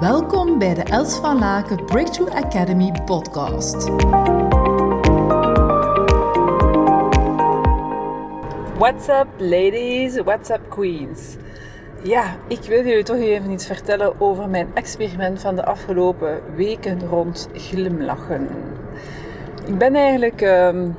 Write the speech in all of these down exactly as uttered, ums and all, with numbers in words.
Welkom bij de Els van Laken Breakthrough Academy podcast. What's up ladies, what's up queens. Ja, ik wil jullie toch even iets vertellen over mijn experiment van de afgelopen weken rond glimlachen. Ik ben eigenlijk um,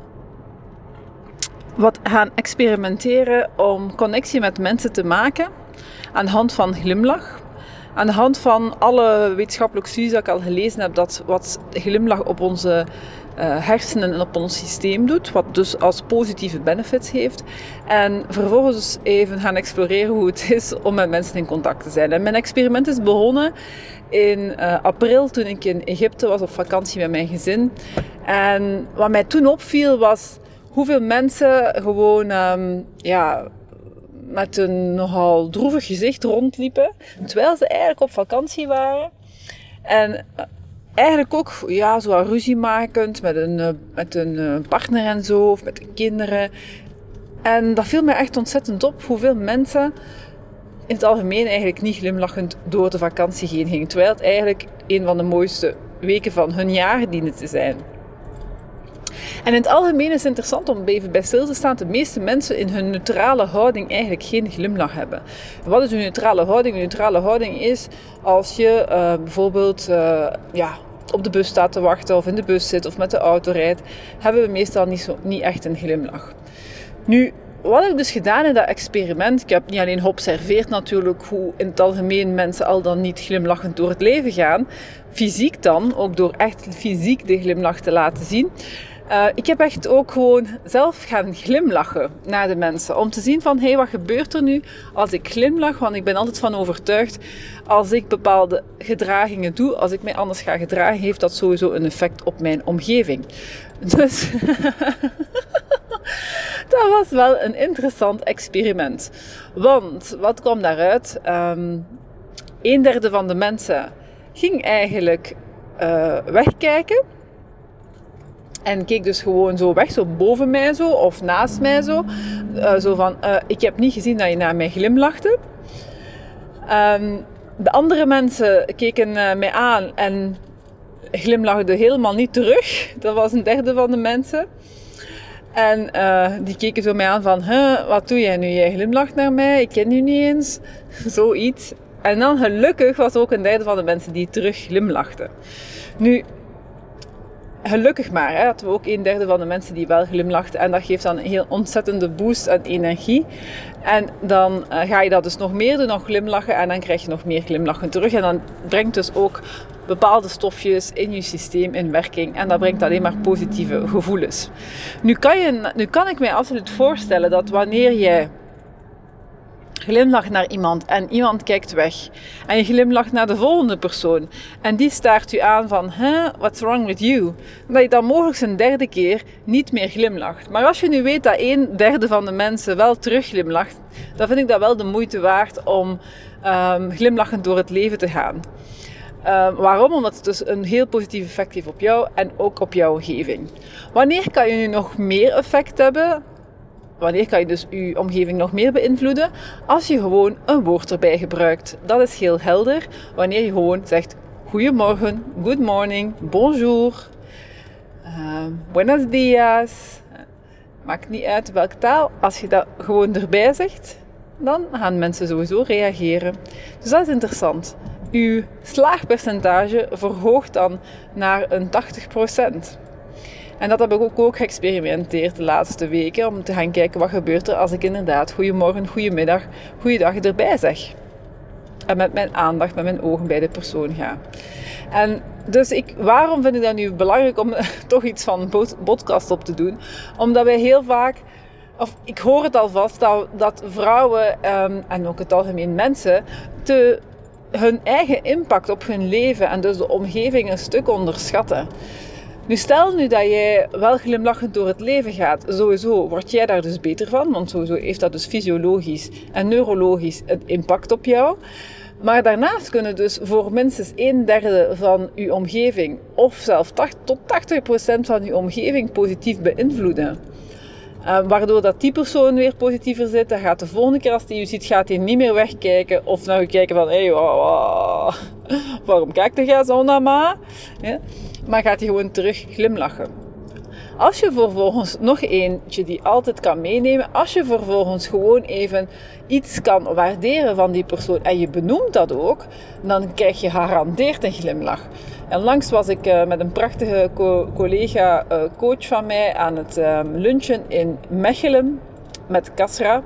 wat gaan experimenteren om connectie met mensen te maken aan de hand van glimlach. Aan de hand van alle wetenschappelijke studies dat ik al gelezen heb, dat wat glimlach op onze uh, hersenen en op ons systeem doet, wat dus als positieve benefits heeft. En vervolgens even gaan exploreren hoe het is om met mensen in contact te zijn. En mijn experiment is begonnen in uh, april, toen ik in Egypte was op vakantie met mijn gezin. En wat mij toen opviel was hoeveel mensen gewoon, um, ja... met een nogal droevig gezicht rondliepen, terwijl ze eigenlijk op vakantie waren. En eigenlijk ook ja, zo ruzie makend met een, met een partner en zo, of met de kinderen. En dat viel mij echt ontzettend op, hoeveel mensen in het algemeen eigenlijk niet glimlachend door de vakantie heen gingen. Terwijl het eigenlijk een van de mooiste weken van hun jaar diende te zijn. En in het algemeen is het interessant om even bij stil te staan dat de meeste mensen in hun neutrale houding eigenlijk geen glimlach hebben. Wat is een neutrale houding? Een neutrale houding is als je uh, bijvoorbeeld uh, ja, op de bus staat te wachten of in de bus zit of met de auto rijdt, hebben we meestal niet, zo, niet echt een glimlach. Nu, wat heb ik dus gedaan in dat experiment? Ik heb niet alleen geobserveerd natuurlijk hoe in het algemeen mensen al dan niet glimlachend door het leven gaan. Fysiek dan, ook door echt fysiek de glimlach te laten zien. Uh, ik heb echt ook gewoon zelf gaan glimlachen naar de mensen. Om te zien van, hé, hey, wat gebeurt er nu als ik glimlach? Want ik ben altijd van overtuigd, als ik bepaalde gedragingen doe, als ik mij anders ga gedragen, heeft dat sowieso een effect op mijn omgeving. Dus dat was wel een interessant experiment. Want, wat kwam daaruit? Um, een derde van de mensen ging eigenlijk uh, wegkijken. En keek dus gewoon zo weg, zo boven mij zo, of naast mij zo. Uh, zo van, uh, ik heb niet gezien dat je naar mij glimlachte. Um, de andere mensen keken uh, mij aan en glimlachten helemaal niet terug. Dat was een derde van de mensen. En uh, die keken zo mij aan van, huh, wat doe jij nu? Jij glimlacht naar mij, ik ken je niet eens. Zoiets. En dan gelukkig was er ook een derde van de mensen die terug glimlachten. Nu... Gelukkig maar, hè, hadden we ook een derde van de mensen die wel glimlachten. En dat geeft dan een heel ontzettende boost aan energie. En dan uh, ga je dat dus nog meer doen, nog glimlachen. En dan krijg je nog meer glimlachen terug. En dan brengt dus ook bepaalde stofjes in je systeem in werking. En dat brengt alleen maar positieve gevoelens. Nu kan, je, nu kan ik mij absoluut voorstellen dat wanneer jij glimlacht naar iemand en iemand kijkt weg. En je glimlacht naar de volgende persoon. En die staart u aan van, huh, what's wrong with you? Dat je dan mogelijk een derde keer niet meer glimlacht. Maar als je nu weet dat een derde van de mensen wel terug glimlacht, dan vind ik dat wel de moeite waard om um, glimlachend door het leven te gaan. Uh, waarom? Omdat het dus een heel positief effect heeft op jou en ook op jouw omgeving. Wanneer kan je nu nog meer effect hebben? Wanneer kan je dus je omgeving nog meer beïnvloeden? Als je gewoon een woord erbij gebruikt. Dat is heel helder. Wanneer je gewoon zegt goedemorgen, good morning, bonjour, uh, buenos dias. Maakt niet uit welke taal. Als je dat gewoon erbij zegt, dan gaan mensen sowieso reageren. Dus dat is interessant. Uw slaagpercentage verhoogt dan naar een tachtig procent. En dat heb ik ook, ook geëxperimenteerd de laatste weken. Om te gaan kijken wat gebeurt er als ik inderdaad goedemorgen, goedemiddag, goeiedag erbij zeg. En met mijn aandacht, met mijn ogen bij de persoon ga. En dus ik, waarom vind ik dat nu belangrijk om toch iets van podcast op te doen? Omdat wij heel vaak, of ik hoor het alvast, dat, dat vrouwen um, en ook het algemeen mensen te, hun eigen impact op hun leven en dus de omgeving een stuk onderschatten. Nu stel nu dat jij wel glimlachend door het leven gaat, sowieso word jij daar dus beter van, want sowieso heeft dat dus fysiologisch en neurologisch een impact op jou. Maar daarnaast kunnen dus voor minstens een derde van uw omgeving, of zelfs tot tachtig procent van uw omgeving positief beïnvloeden. Uh, waardoor dat die persoon weer positiever zit. Dan gaat de volgende keer als hij u ziet, gaat hij niet meer wegkijken. Of naar u kijken van, hé, hey, wow, wow, waarom kijkt jij zo naar mij? Ja? Maar gaat hij gewoon terug glimlachen. Als je vervolgens nog eentje die altijd kan meenemen. Als je vervolgens gewoon even iets kan waarderen van die persoon. En je benoemt dat ook. Dan krijg je gegarandeerd een glimlach. En langs was ik uh, met een prachtige co- collega uh, coach van mij aan het um, lunchen in Mechelen met Kasra.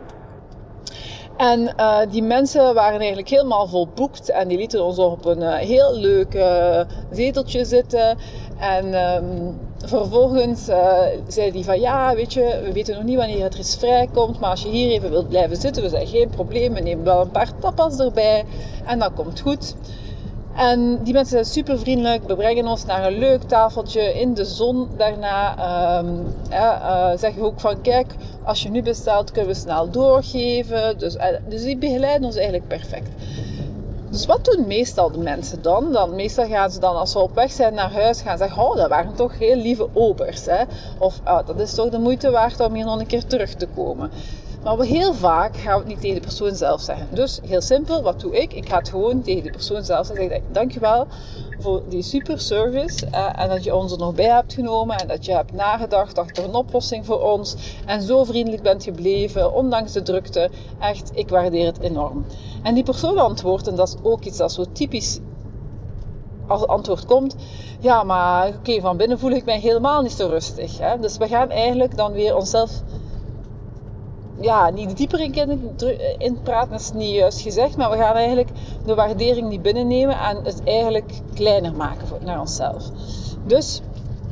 En uh, die mensen waren eigenlijk helemaal volboekt en die lieten ons op een uh, heel leuk uh, zeteltje zitten. En um, vervolgens uh, zei die van ja, weet je, we weten nog niet wanneer het er eens vrijkomt, maar als je hier even wilt blijven zitten, we zijn geen probleem, we nemen wel een paar tapas erbij en dat komt goed. En die mensen zijn super vriendelijk, we brengen ons naar een leuk tafeltje in de zon daarna. Um, ja, uh, zeggen ook van kijk, als je nu bestelt kunnen we snel doorgeven. Dus, uh, dus die begeleiden ons eigenlijk perfect. Dus wat doen meestal de mensen dan? dan? Meestal gaan ze dan, als ze op weg zijn naar huis, gaan zeggen, oh, dat waren toch heel lieve obers. Hè? Of oh, dat is toch de moeite waard om hier nog een keer terug te komen. Maar heel vaak gaan we het niet tegen de persoon zelf zeggen. Dus heel simpel, wat doe ik? Ik ga het gewoon tegen de persoon zelf zeggen. Ik dankjewel voor die super service. Eh, en dat je ons er nog bij hebt genomen. En dat je hebt nagedacht achter een oplossing voor ons. En zo vriendelijk bent gebleven, ondanks de drukte. Echt, ik waardeer het enorm. En die persoon antwoordt, en dat is ook iets dat zo typisch als antwoord komt. Ja, maar oké, okay, van binnen voel ik mij helemaal niet zo rustig. Hè? Dus we gaan eigenlijk dan weer onszelf... Ja, niet dieper in, in praten is niet juist gezegd, maar we gaan eigenlijk de waardering niet binnennemen en het eigenlijk kleiner maken voor, naar onszelf. Dus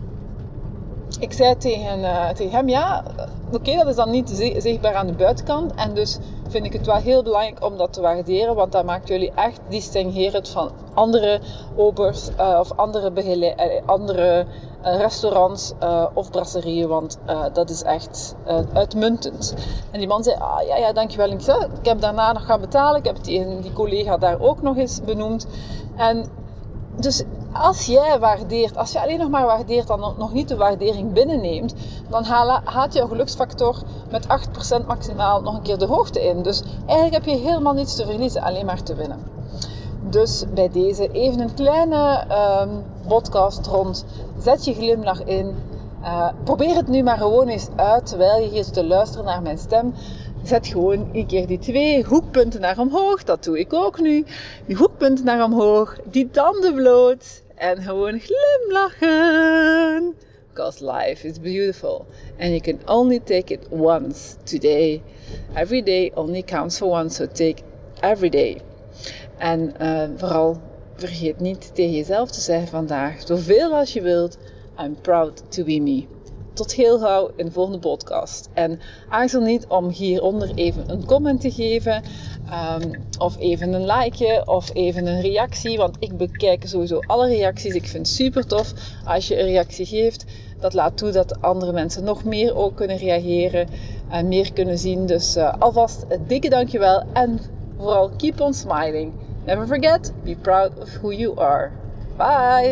ik zei tegen, uh, tegen hem, ja, oké, okay, dat is dan niet zichtbaar aan de buitenkant en dus vind ik het wel heel belangrijk om dat te waarderen, want dat maakt jullie echt distinguerend van andere obers uh, of andere, begeleid, uh, andere uh, restaurants uh, of brasserieën, want uh, dat is echt uh, uitmuntend. En die man zei, ah, ja, ja, dankjewel. Ik, zei, ik heb daarna nog gaan betalen, ik heb die, die collega daar ook nog eens benoemd. En dus als jij waardeert, als je alleen nog maar waardeert, dan nog niet de waardering binnenneemt, dan haalt jouw geluksfactor met acht procent maximaal nog een keer de hoogte in. Dus eigenlijk heb je helemaal niets te verliezen, alleen maar te winnen. Dus bij deze even een kleine um, podcast rond, zet je glimlach in. Uh, probeer het nu maar gewoon eens uit, terwijl je hier zit te luisteren naar mijn stem. Zet gewoon een keer die twee hoekpunten naar omhoog. Dat doe ik ook nu. Die hoekpunten naar omhoog. Die tanden bloot. En gewoon glimlachen. Because life is beautiful. And you can only take it once today. Every day only counts for once. So take every day. En uh, vooral vergeet niet tegen jezelf te zeggen vandaag. Zoveel als je wilt. I'm proud to be me. Tot heel gauw in de volgende podcast. En aarzel niet om hieronder even een comment te geven. Um, of even een likeje. Of even een reactie. Want ik bekijk sowieso alle reacties. Ik vind het super tof als je een reactie geeft. Dat laat toe dat andere mensen nog meer ook kunnen reageren. En meer kunnen zien. Dus uh, alvast een dikke dankjewel. En vooral keep on smiling. Never forget, be proud of who you are. Bye!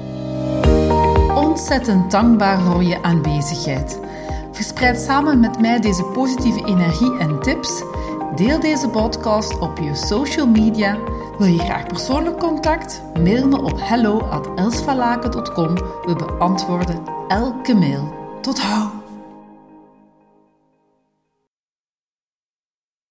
Ontzettend dankbaar voor je aanwezigheid. Verspreid samen met mij deze positieve energie en tips. Deel deze podcast op je social media. Wil je graag persoonlijk contact? Mail me op hello at elsvalaken dot com. We beantwoorden elke mail. Tot hou!